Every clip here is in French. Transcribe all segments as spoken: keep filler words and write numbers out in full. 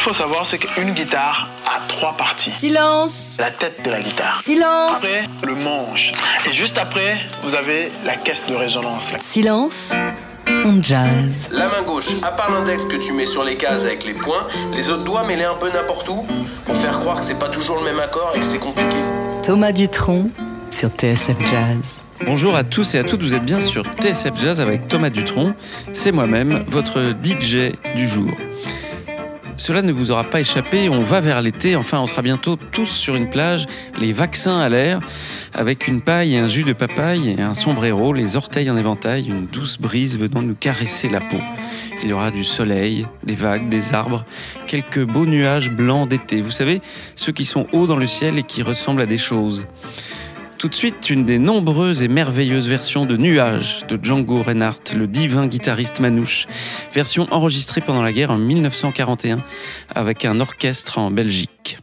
faut savoir, c'est qu'une guitare a trois parties. Silence. La tête de la guitare. Silence. Après, le manche. Et juste après, vous avez la caisse de résonance. Silence. On jazz. La main gauche, à part l'index que tu mets sur les cases avec les points, les autres doigts mets-les un peu n'importe où pour faire croire que c'est pas toujours le même accord et que c'est compliqué. Thomas Dutronc sur T S F Jazz. Bonjour à tous et à toutes, vous êtes bien sur T S F Jazz avec Thomas Dutronc. C'est moi-même, votre D J du jour. Cela ne vous aura pas échappé, on va vers l'été, enfin on sera bientôt tous sur une plage, les vaccins à l'air, avec une paille et un jus de papaye et un sombrero, les orteils en éventail, une douce brise venant nous caresser la peau. Il y aura du soleil, des vagues, des arbres, quelques beaux nuages blancs d'été. Vous savez, ceux qui sont hauts dans le ciel et qui ressemblent à des choses. Tout de suite, une des nombreuses et merveilleuses versions de Nuages de Django Reinhardt, le divin guitariste manouche. Version enregistrée pendant la guerre en dix-neuf cent quarante et un avec un orchestre en Belgique.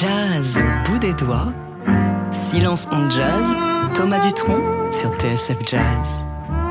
Jazz au bout des doigts. Silence on jazz. Thomas Dutronc sur T S F Jazz.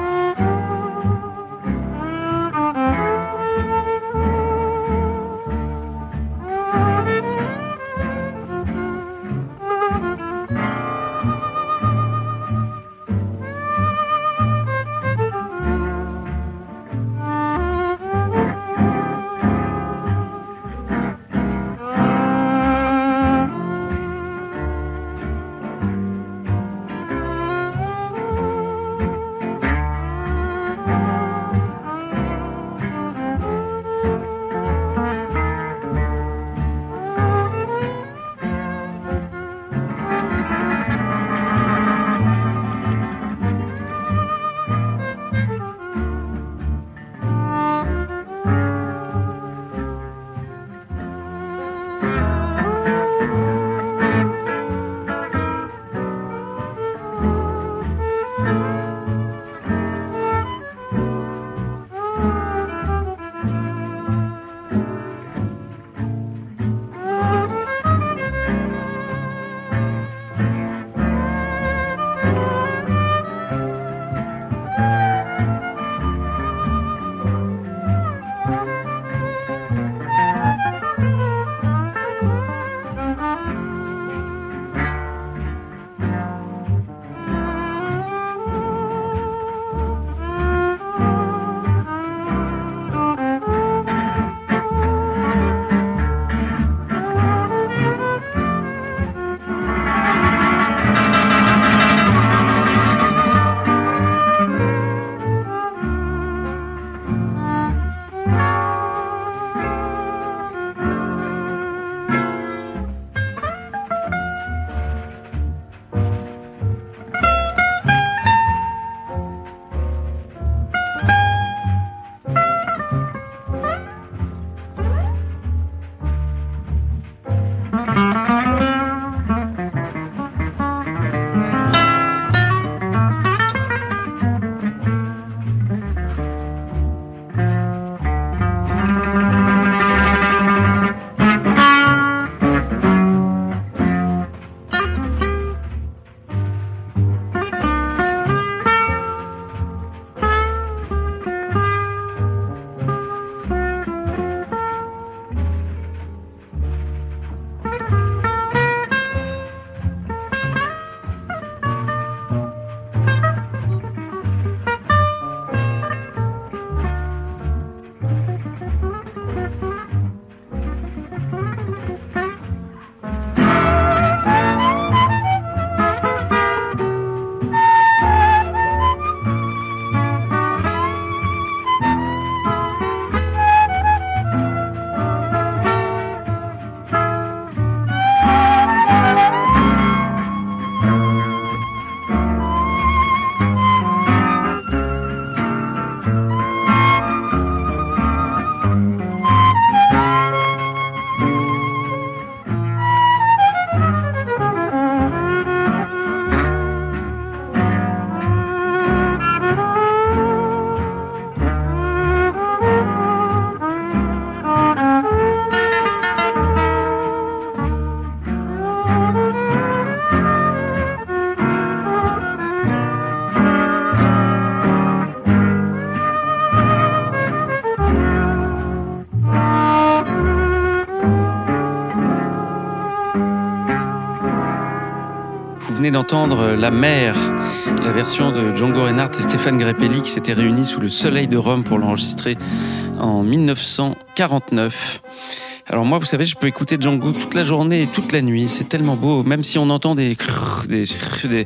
venez d'entendre La Mer, la version de Django Reinhardt et Stéphane Grappelli qui s'étaient réunis sous le soleil de Rome pour l'enregistrer en dix-neuf cent quarante-neuf. Alors moi, vous savez, je peux écouter Django toute la journée et toute la nuit. C'est tellement beau, même si on entend des... des, des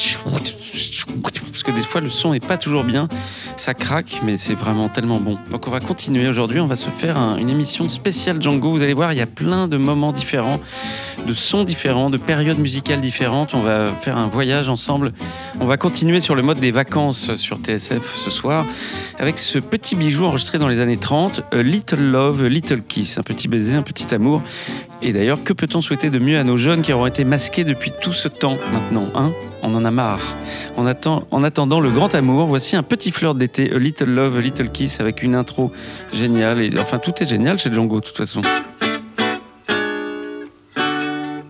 parce que des fois, le son n'est pas toujours bien. Ça craque, mais c'est vraiment tellement bon. Donc on va continuer aujourd'hui. On va se faire un, une émission spéciale Django. Vous allez voir, il y a plein de moments différents, de sons différents, de périodes musicales différentes. On va faire un voyage ensemble. On va continuer sur le mode des vacances sur T S F ce soir avec ce petit bijou enregistré dans les années trente, A Little Love, A Little Kiss, un petit baiser, un petit amour. Et d'ailleurs, que peut-on souhaiter de mieux à nos jeunes qui auront été masqués depuis tout ce temps maintenant, hein ? On en a marre. En, attend, en attendant le grand amour, voici un petit flirt d'été, A Little Love, A Little Kiss, avec une intro géniale. Et, enfin, tout est génial chez Django, de toute façon.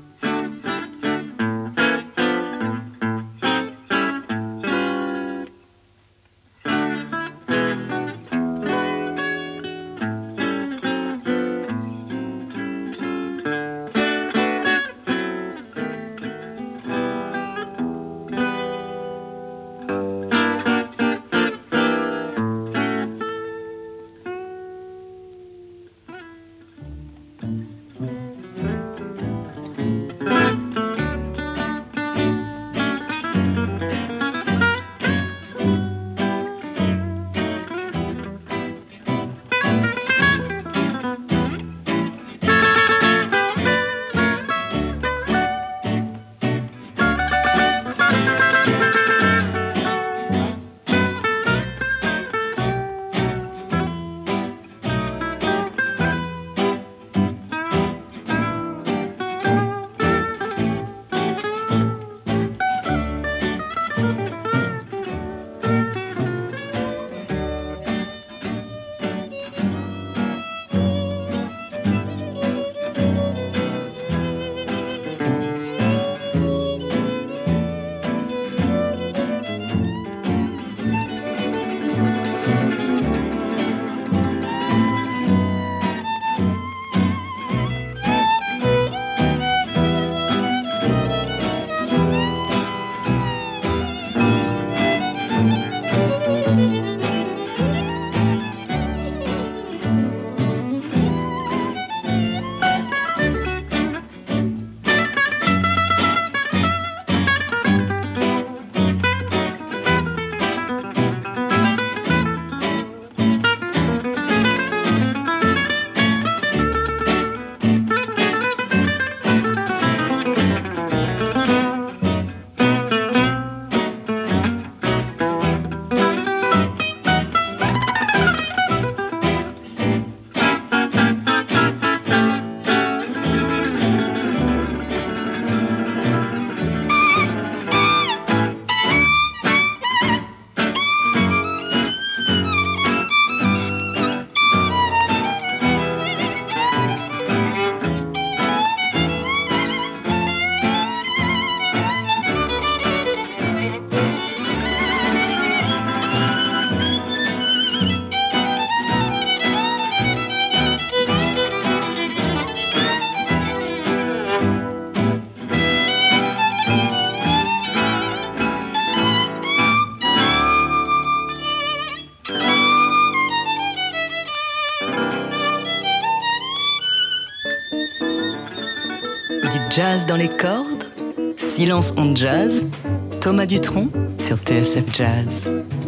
Du jazz dans les cordes, Silence on jazz, Thomas Dutronc sur T S F Jazz.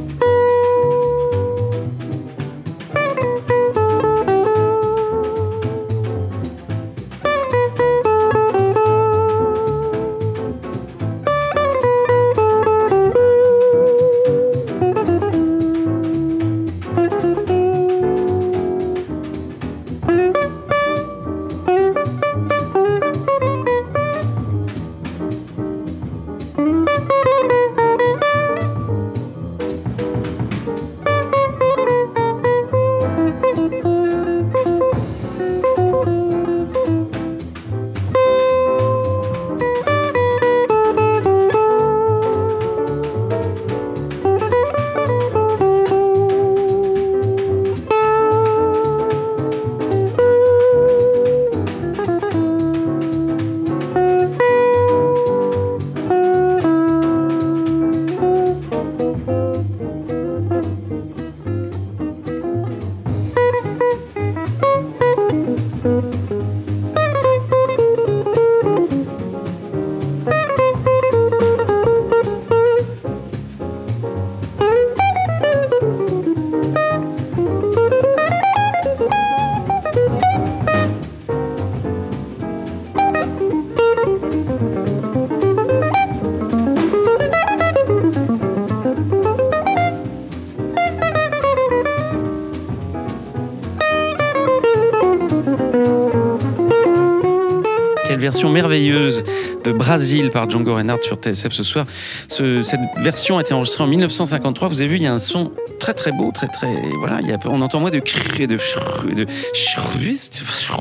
Version merveilleuse de Brésil par Django Reinhardt sur T S F ce soir. Ce, cette version a été enregistrée en dix-neuf cent cinquante-trois. Vous avez vu, il y a un son très très beau, très très voilà. Il y a, on entend moins de crrr et de chrrr et de chrrust,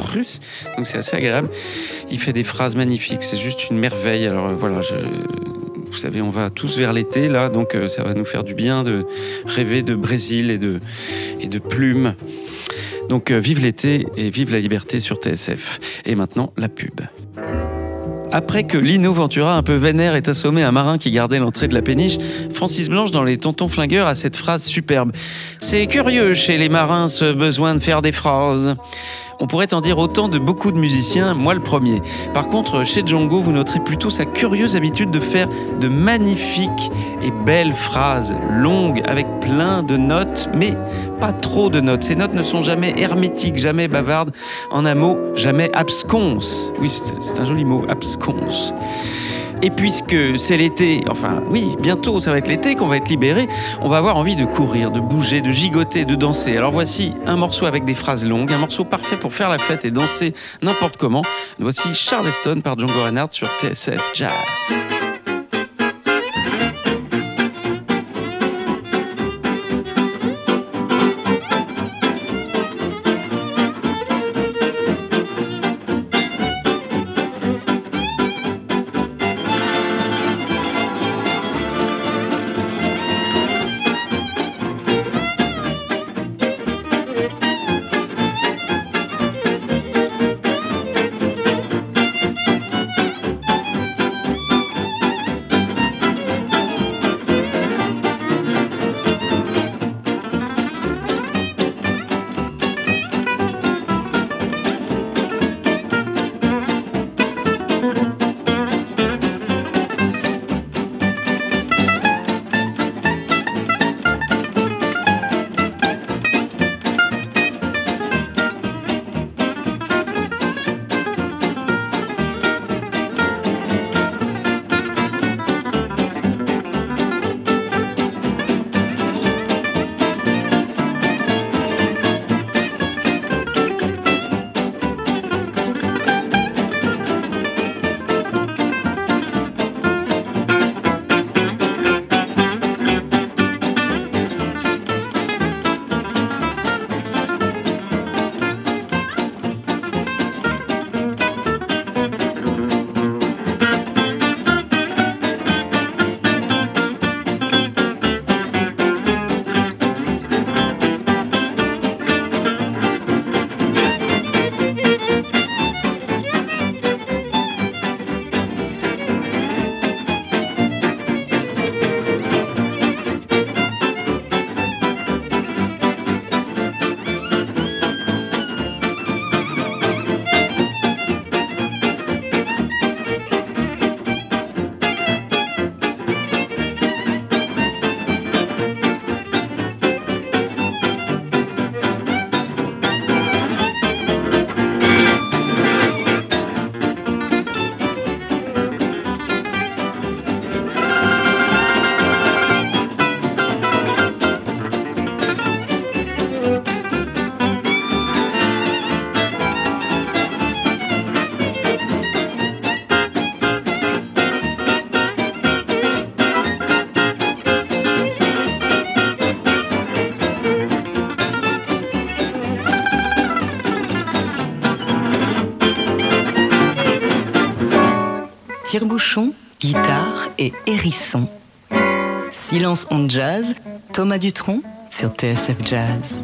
donc c'est assez agréable. Il fait des phrases magnifiques. C'est juste une merveille. Alors voilà, je, vous savez, on va tous vers l'été là, donc ça va nous faire du bien de rêver de Brésil et de et de plumes. Donc euh, vive l'été et vive la liberté sur T S F. Et maintenant, la pub. Après que Lino Ventura, un peu vénère, ait assommé un marin qui gardait l'entrée de la péniche, Francis Blanche, dans Les Tontons Flingueurs, a cette phrase superbe. « C'est curieux chez les marins ce besoin de faire des phrases. » On pourrait en dire autant de beaucoup de musiciens, moi le premier. Par contre, chez Django, vous noterez plutôt sa curieuse habitude de faire de magnifiques et belles phrases, longues, avec plein de notes, mais pas trop de notes. Ces notes ne sont jamais hermétiques, jamais bavardes. En un mot, jamais absconses. Oui, c'est, c'est un joli mot, absconses. Et puisque c'est l'été, enfin oui, bientôt ça va être l'été qu'on va être libéré, on va avoir envie de courir, de bouger, de gigoter, de danser. Alors voici un morceau avec des phrases longues, un morceau parfait pour faire la fête et danser n'importe comment. Voici Charleston par Django Reinhardt sur T S F Jazz. tire-bouchon, guitare et hérisson. Silence on jazz, Thomas Dutronc sur T S F Jazz.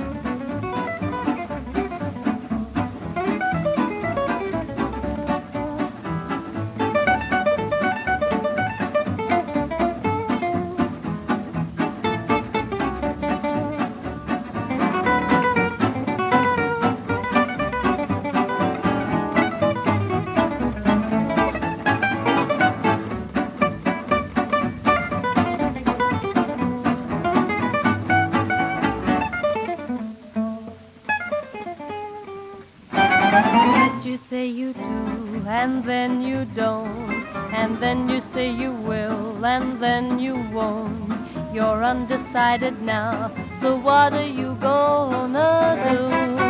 And then you don't, and then you say you will, and then you won't. You're undecided now, so what are you gonna do?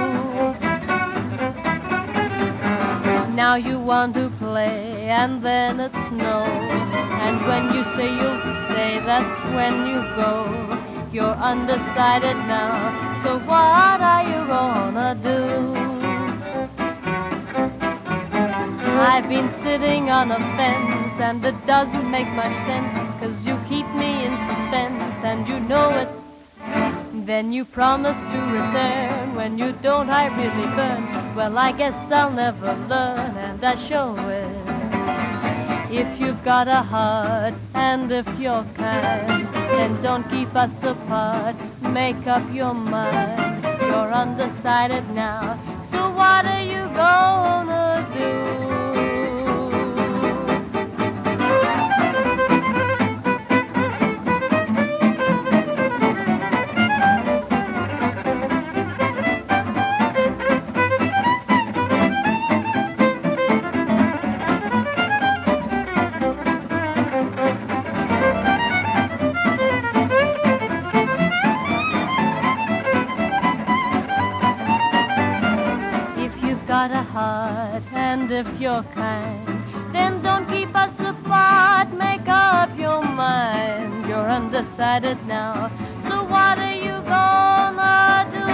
Now you want to play, and then it's no. And when you say you'll stay, that's when you go. You're undecided now, so what are you gonna do? I've been sitting on a fence, and it doesn't make much sense, 'cause you keep me in suspense, and you know it. Then you promise to return. When you don't, I really burn. Well, I guess I'll never learn, and I show it. If you've got a heart, and if you're kind, then don't keep us apart. Make up your mind. You're undecided now, so what are you gonna do? If you're kind, then don't keep us apart. Make up your mind. You're undecided now, so what are you gonna do?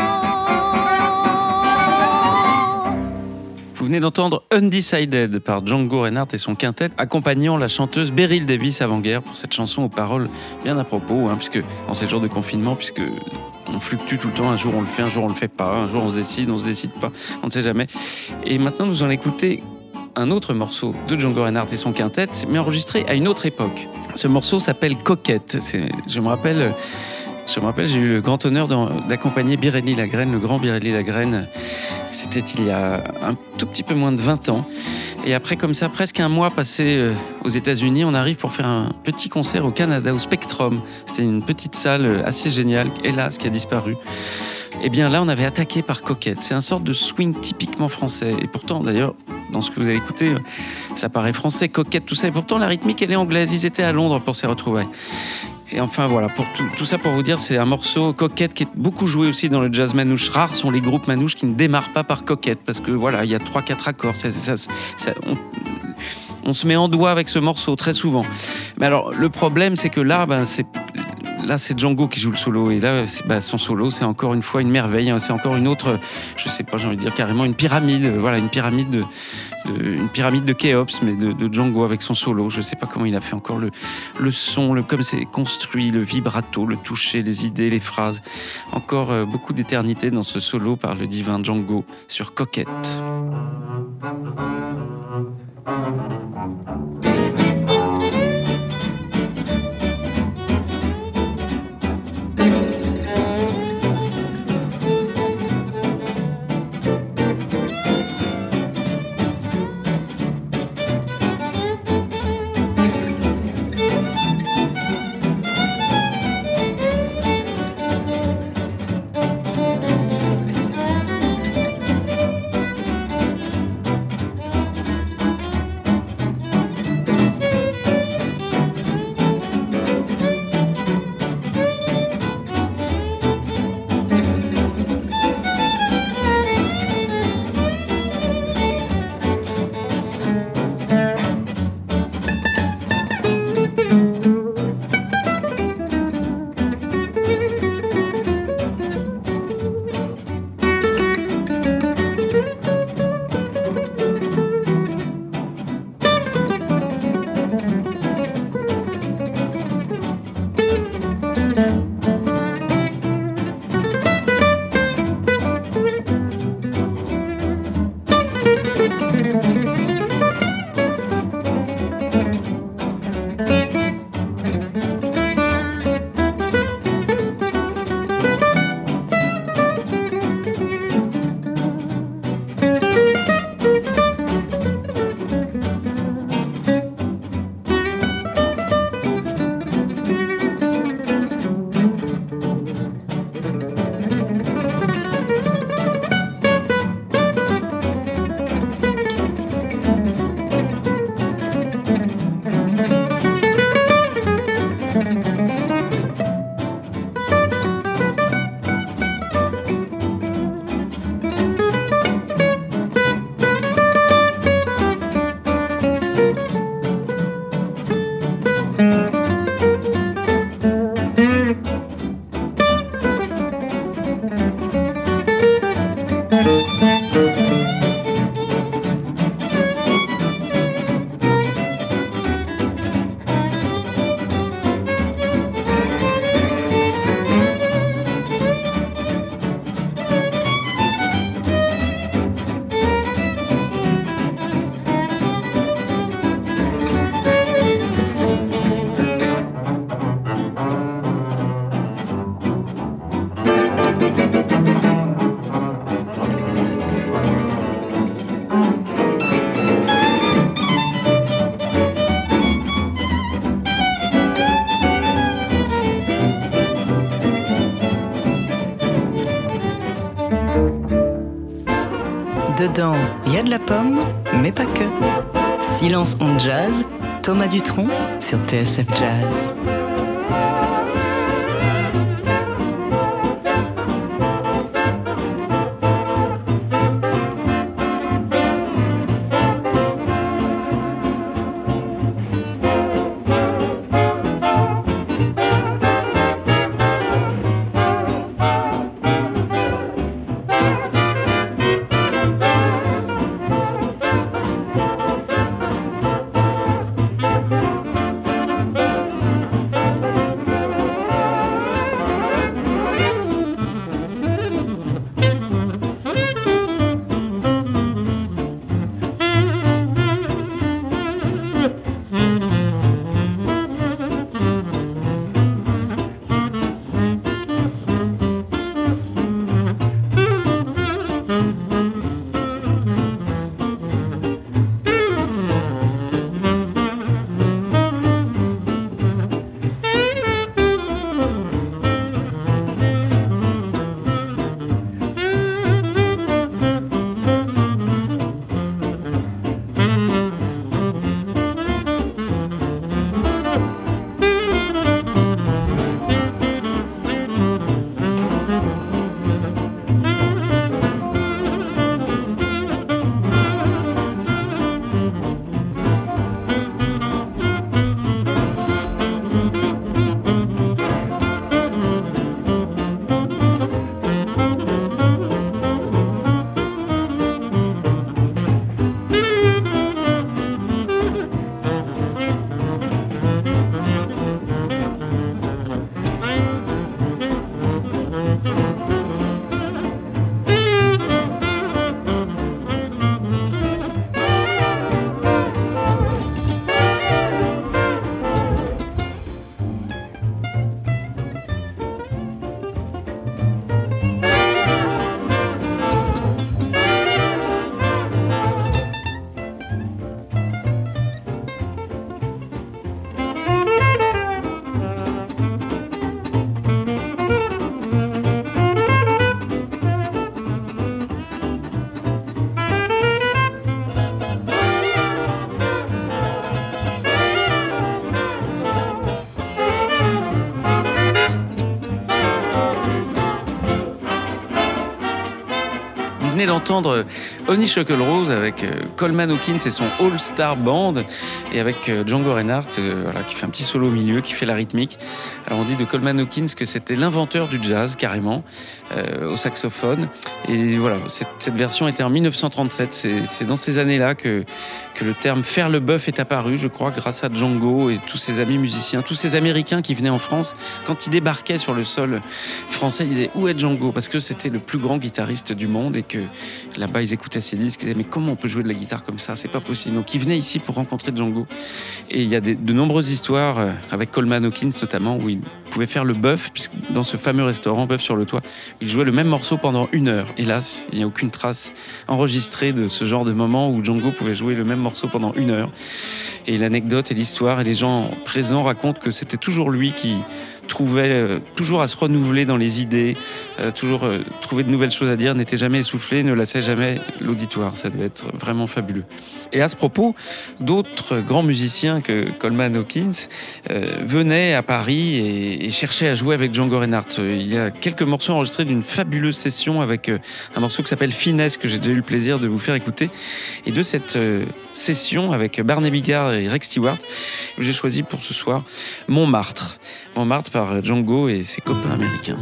Vous venez d'entendre Undecided par Django Reinhardt et son quintet, accompagnant la chanteuse Beryl Davis avant-guerre pour cette chanson aux paroles bien à propos, hein, puisque en ces jours de confinement, puisque on fluctue tout le temps, un jour on le fait, un jour on le fait pas, un jour on se décide, on se décide pas, on ne sait jamais. Et maintenant nous allons écouter un autre morceau de Django Reinhardt et son quintet, mais enregistré à une autre époque. Ce morceau s'appelle Coquette. C'est, je me rappelle, je me rappelle, j'ai eu le grand honneur d'accompagner Biréli Lagrène, le grand Biréli Lagrène. C'était il y a un tout petit peu moins de vingt ans. Et après, comme ça, presque un mois passé aux États-Unis, on arrive pour faire un petit concert au Canada, au Spectrum. C'était une petite salle assez géniale, hélas, qui a disparu. Et bien là, on avait attaqué par Coquette. C'est un sorte de swing typiquement français. Et pourtant, d'ailleurs, dans ce que vous allez écouter, ça paraît français, Coquette, tout ça. Et pourtant, la rythmique, elle est anglaise. Ils étaient à Londres pour ces retrouvailles. Et enfin, voilà, pour tout, tout ça pour vous dire, c'est un morceau Coquette qui est beaucoup joué aussi dans le jazz manouche. Rares sont les groupes manouches qui ne démarrent pas par Coquette, parce que voilà, il y a trois quatre accords. Ça, ça, ça, on, on se met en doigt avec ce morceau très souvent. Mais alors, le problème, c'est que là, ben, c'est... Là, c'est Django qui joue le solo. Et là, bah, son solo, c'est encore une fois une merveille. C'est encore une autre, je sais pas, j'ai envie de dire carrément une pyramide. Voilà, une pyramide de, de, une pyramide de Khéops, mais de, de Django avec son solo. Je sais pas comment il a fait encore le, le son, le, comme c'est construit, le vibrato, le toucher, les idées, les phrases. Encore euh, beaucoup d'éternité dans ce solo par le divin Django sur Coquette. Là-dedans, il y a de la pomme, mais pas que. Silence on jazz, Thomas Dutronc sur T S F Jazz. venez d'entendre Honeysuckle Rose avec Coleman Hawkins et son All-Star Band, et avec Django Reinhardt, euh, voilà, qui fait un petit solo au milieu, qui fait la rythmique. Alors on dit de Coleman Hawkins que c'était l'inventeur du jazz, carrément, euh, au saxophone. Et voilà, cette, cette version était en dix-neuf cent trente-sept. C'est, c'est dans ces années-là que, que le terme faire le bœuf est apparu, je crois, grâce à Django et tous ses amis musiciens, tous ces Américains qui venaient en France. Quand ils débarquaient sur le sol français, ils disaient « Où est Django ?» Parce que c'était le plus grand guitariste du monde et que là-bas, ils écoutaient ses disques, ils disaient « Mais comment on peut jouer de la guitare comme ça ? C'est pas possible. » Donc, ils venaient ici pour rencontrer Django. Et il y a des, de nombreuses histoires, avec Coleman Hawkins notamment, où il pouvait faire le bœuf, puisque dans ce fameux restaurant, Bœuf sur le toit, il jouait le même morceau pendant une heure. Hélas, il n'y a aucune trace enregistrée de ce genre de moment où Django pouvait jouer le même morceau pendant une heure. Et l'anecdote et l'histoire et les gens présents racontent que c'était toujours lui qui trouvait euh, toujours à se renouveler dans les idées, euh, toujours euh, trouver de nouvelles choses à dire, n'était jamais essoufflé, ne lassait jamais l'auditoire. Ça devait être vraiment fabuleux. Et à ce propos, d'autres grands musiciens que Coleman Hawkins euh, venaient à Paris et, et cherchaient à jouer avec Django Reinhardt. Il y a quelques morceaux enregistrés d'une fabuleuse session avec euh, un morceau qui s'appelle Finesse, que j'ai déjà eu le plaisir de vous faire écouter. Et de cette euh, session avec Barney Bigard et Rex Stewart, j'ai choisi pour ce soir Montmartre. Montmartre par Django et ses copains américains.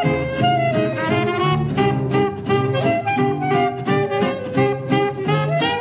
Thank you.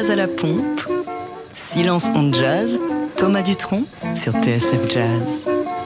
jazz à la pompe. Silence on jazz, Thomas Dutronc sur T S F Jazz.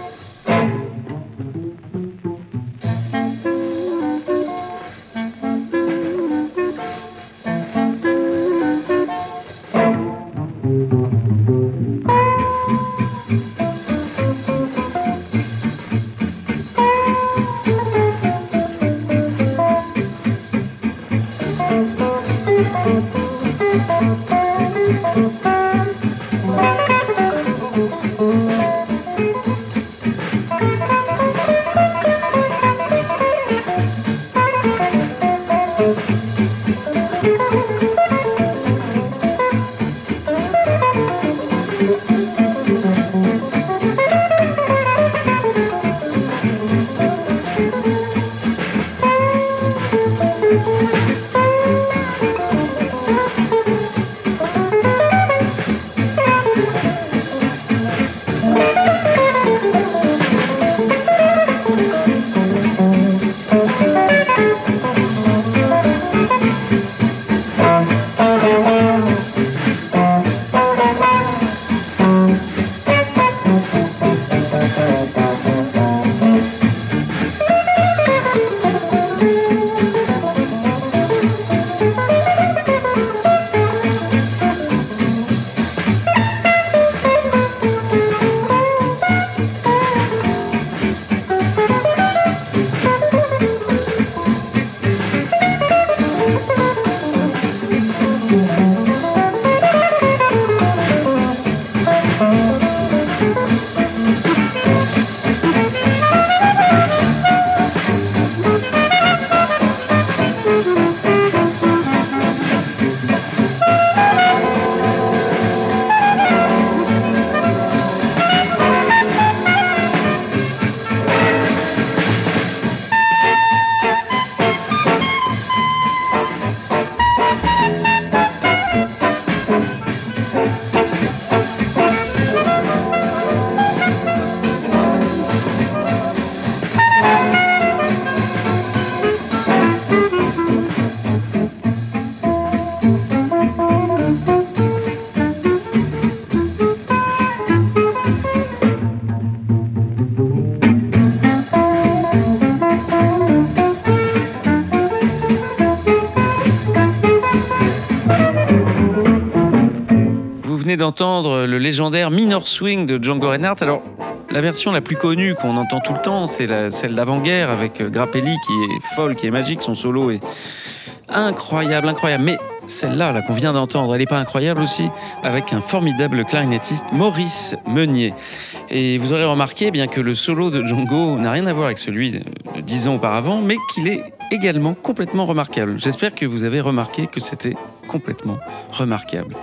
D'entendre le légendaire Minor Swing de Django Reinhardt. Alors, la version la plus connue qu'on entend tout le temps, c'est la, celle d'avant-guerre avec Grappelli qui est folle, qui est magique. Son solo est incroyable, incroyable. Mais celle-là, là, qu'on vient d'entendre, elle n'est pas incroyable aussi, avec un formidable clarinettiste, Maurice Meunier. Et vous aurez remarqué, bien que le solo de Django n'a rien à voir avec celui de dix ans auparavant, mais qu'il est également complètement remarquable. J'espère que vous avez remarqué que c'était complètement remarquable.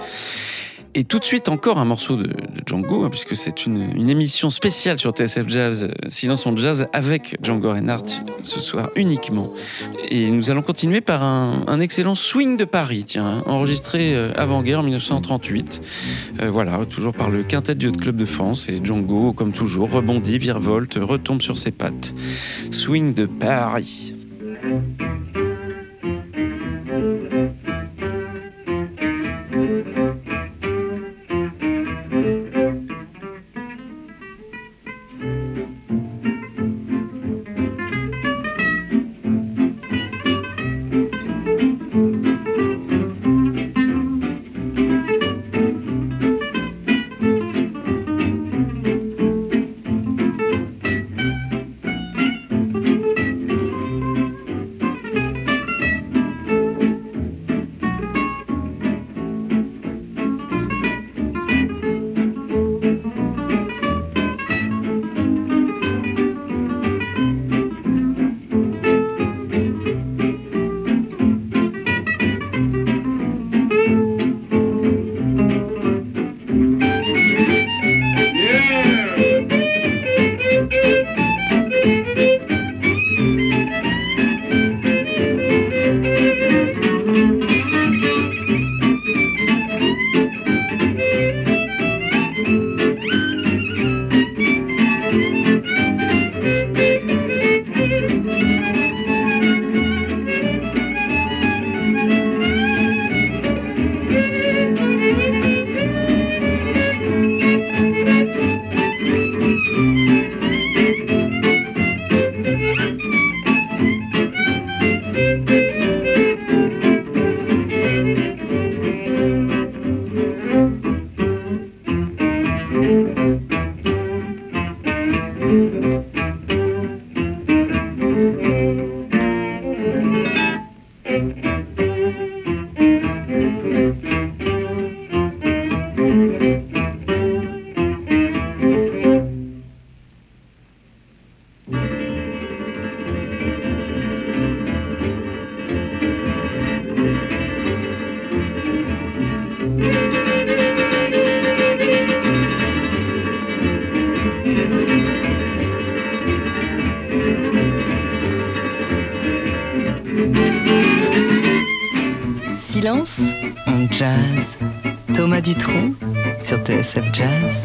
Et tout de suite, encore un morceau de, de Django, hein, puisque c'est une, une émission spéciale sur T S F Jazz, Silence on Jazz, avec Django Reinhardt ce soir uniquement. Et nous allons continuer par un, un excellent swing de Paris, tiens, hein, enregistré euh, avant-guerre en dix-neuf cent trente-huit. Euh, voilà, toujours par le Quintet du Yacht Club de France. Et Django, comme toujours, rebondit, virevolte, retombe sur ses pattes. Swing de Paris. Silence on Jazz. Thomas Dutronc sur T S F Jazz.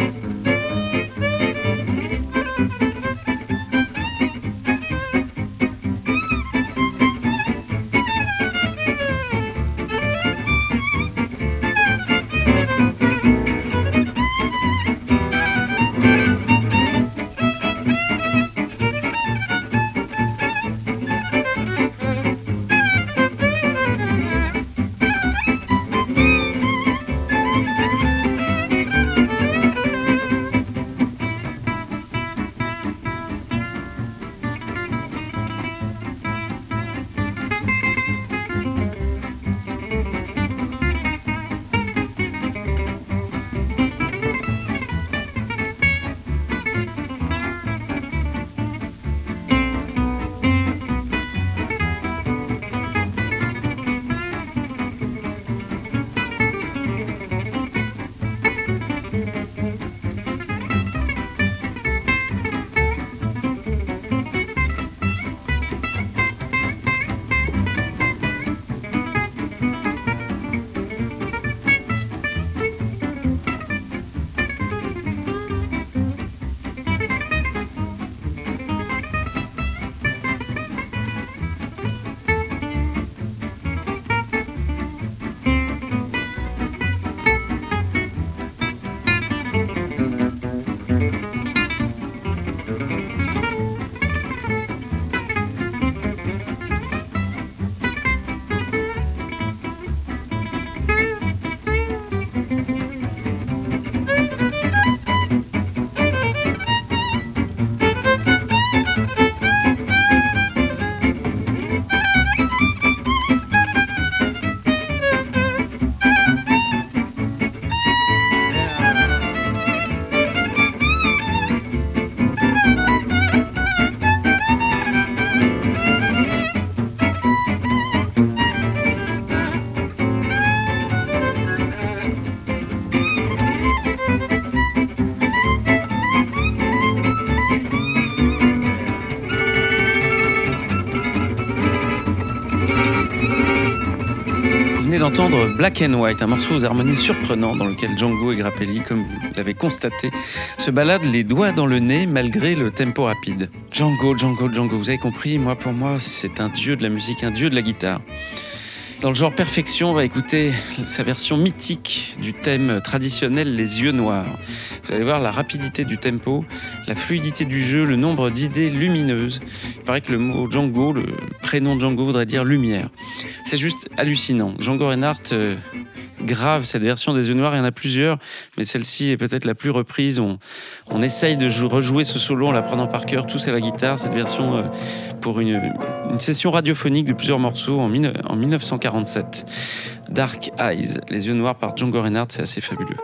D'entendre Black and White, un morceau aux harmonies surprenantes dans lequel Django et Grappelli, comme vous l'avez constaté, se baladent les doigts dans le nez malgré le tempo rapide. Django, Django, Django, vous avez compris, moi pour moi c'est un dieu de la musique, un dieu de la guitare. Dans le genre perfection, on va écouter sa version mythique du thème traditionnel Les Yeux Noirs. Vous allez voir la rapidité du tempo, la fluidité du jeu, le nombre d'idées lumineuses. Il paraît que le mot Django, le prénom Django voudrait dire lumière. C'est juste hallucinant. Django Reinhardt euh, grave cette version des Yeux Noirs, il y en a plusieurs, mais celle-ci est peut-être la plus reprise. On, on essaye de jou- rejouer ce solo en la prenant par cœur, tous à la guitare. Cette version euh, pour une, une session radiophonique de plusieurs morceaux en, mille, en dix-neuf cent quarante-sept. Dark Eyes, Les Yeux Noirs par Django Reinhardt, c'est assez fabuleux.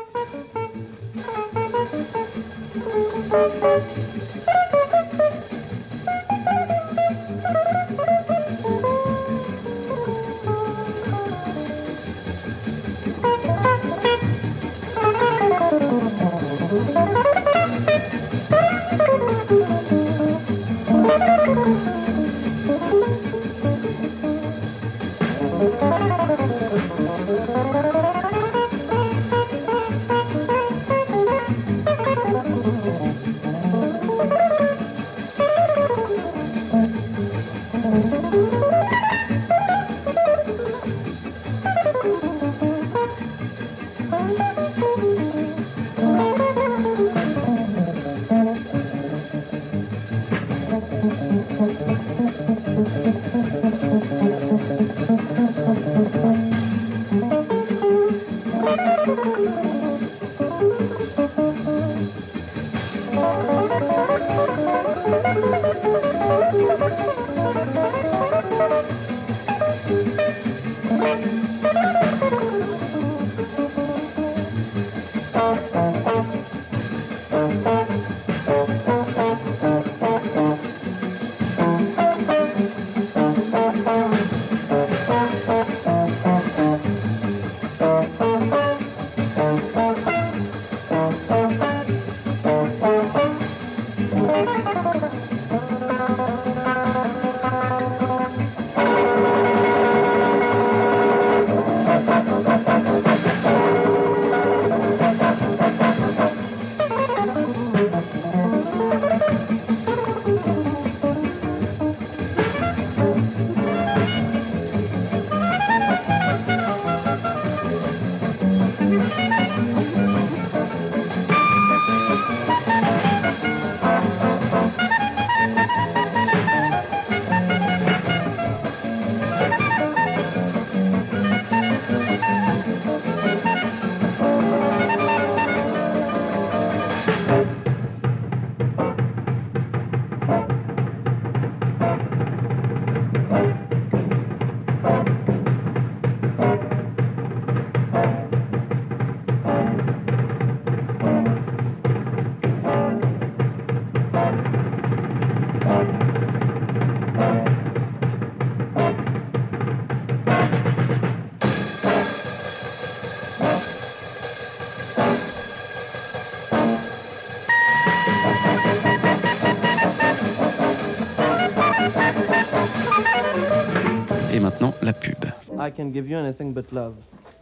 I Can't Give You Anything But Love.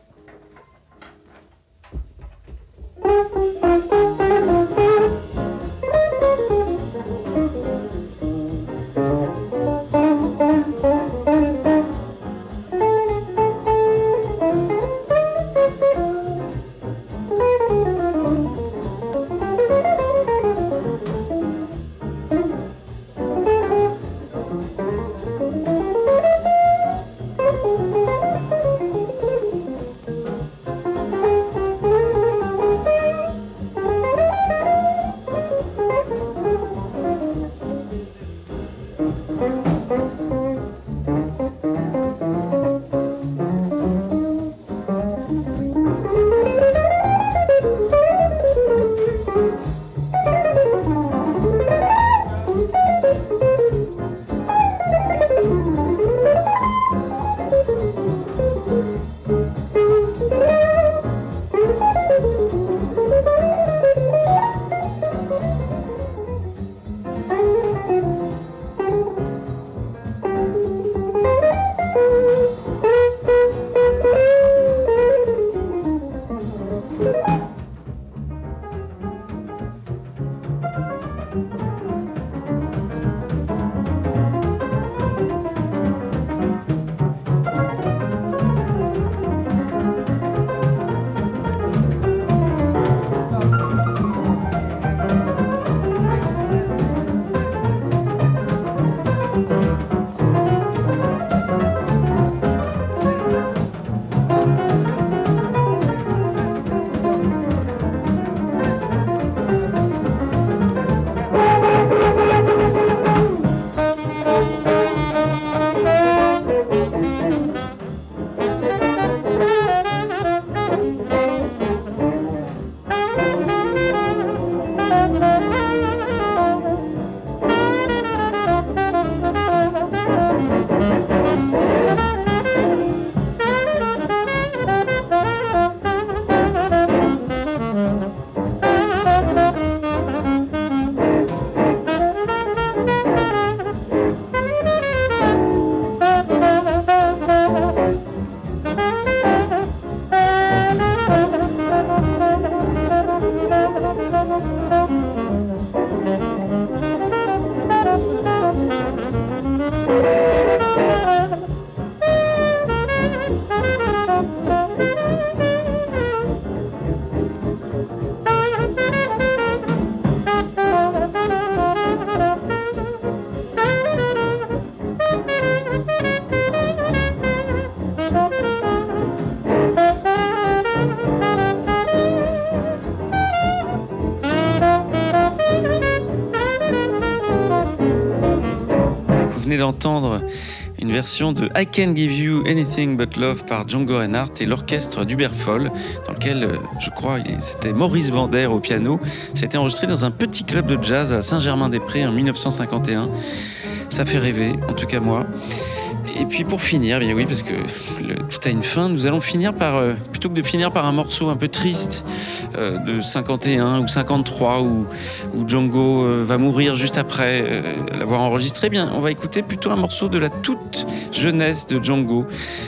D'entendre une version de I Can't Give You Anything But Love par Django Reinhardt et l'orchestre d'Uberfoll, dans lequel, je crois, c'était Maurice Vander au piano. C'était enregistré dans un petit club de jazz à Saint-Germain-des-Prés en dix-neuf cent cinquante et un. Ça fait rêver, en tout cas moi. Et puis pour finir, bien oui, parce que le, tout a une fin, nous allons finir par, euh, plutôt que de finir par un morceau un peu triste euh, de cinquante et un ou cinquante-trois, où, où Django euh, va mourir juste après euh, l'avoir enregistré, bien, on va écouter plutôt un morceau de la toute jeunesse de Django,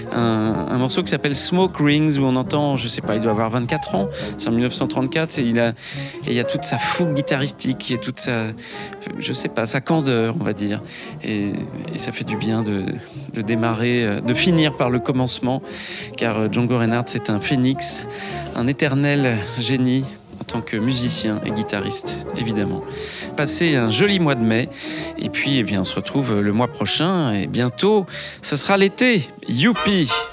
un, un morceau qui s'appelle Smoke Rings, où on entend, je sais pas, il doit avoir vingt-quatre ans, c'est en dix-neuf cent trente-quatre, et il a, et il y a toute sa fougue guitaristique, et toute sa, je sais pas, sa candeur, on va dire, et, et ça fait du bien de, de démarrer, de finir par le commencement, car Django Reinhardt, c'est un phénix, un éternel génie en tant que musicien et guitariste, évidemment. Passez un joli mois de mai, et puis eh bien, on se retrouve le mois prochain, et bientôt, ce sera l'été. Youpi!